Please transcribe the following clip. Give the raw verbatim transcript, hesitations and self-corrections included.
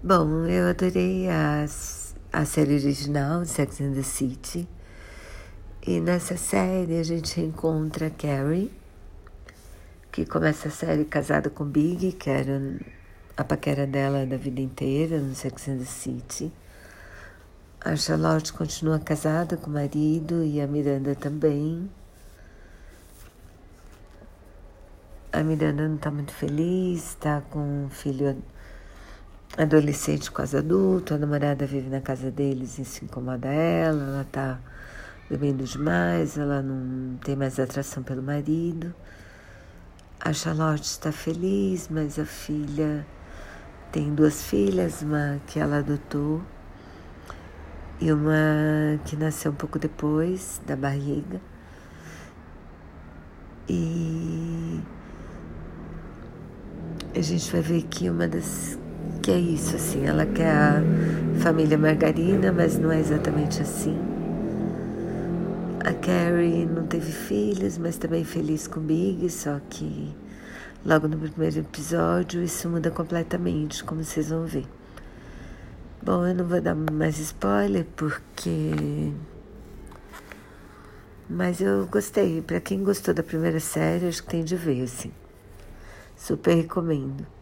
Bom, eu adorei a, a série original, Sex and the City. E nessa série a gente encontra a Carrie, que começa a série casada com Big, que era a paquera dela da vida inteira no Sex and the City. A Charlotte continua casada com o marido e a Miranda também. A Miranda não está muito feliz, está com um filho adolescente quase adulto, a namorada vive na casa deles e se incomoda ela, ela está bebendo demais, ela não tem mais atração pelo marido. A Charlotte está feliz, mas a filha tem duas filhas, uma que ela adotou e uma que nasceu um pouco depois da barriga. E a gente vai ver que uma das... que é isso, assim, ela quer a família margarina, mas não é exatamente assim. A Carrie não teve filhos, mas também feliz com o Big, só que logo no primeiro episódio isso muda completamente, como vocês vão ver. Bom, eu não vou dar mais spoiler, porque... mas eu gostei. Pra quem gostou da primeira série, acho que tem de ver, assim. Super recomendo.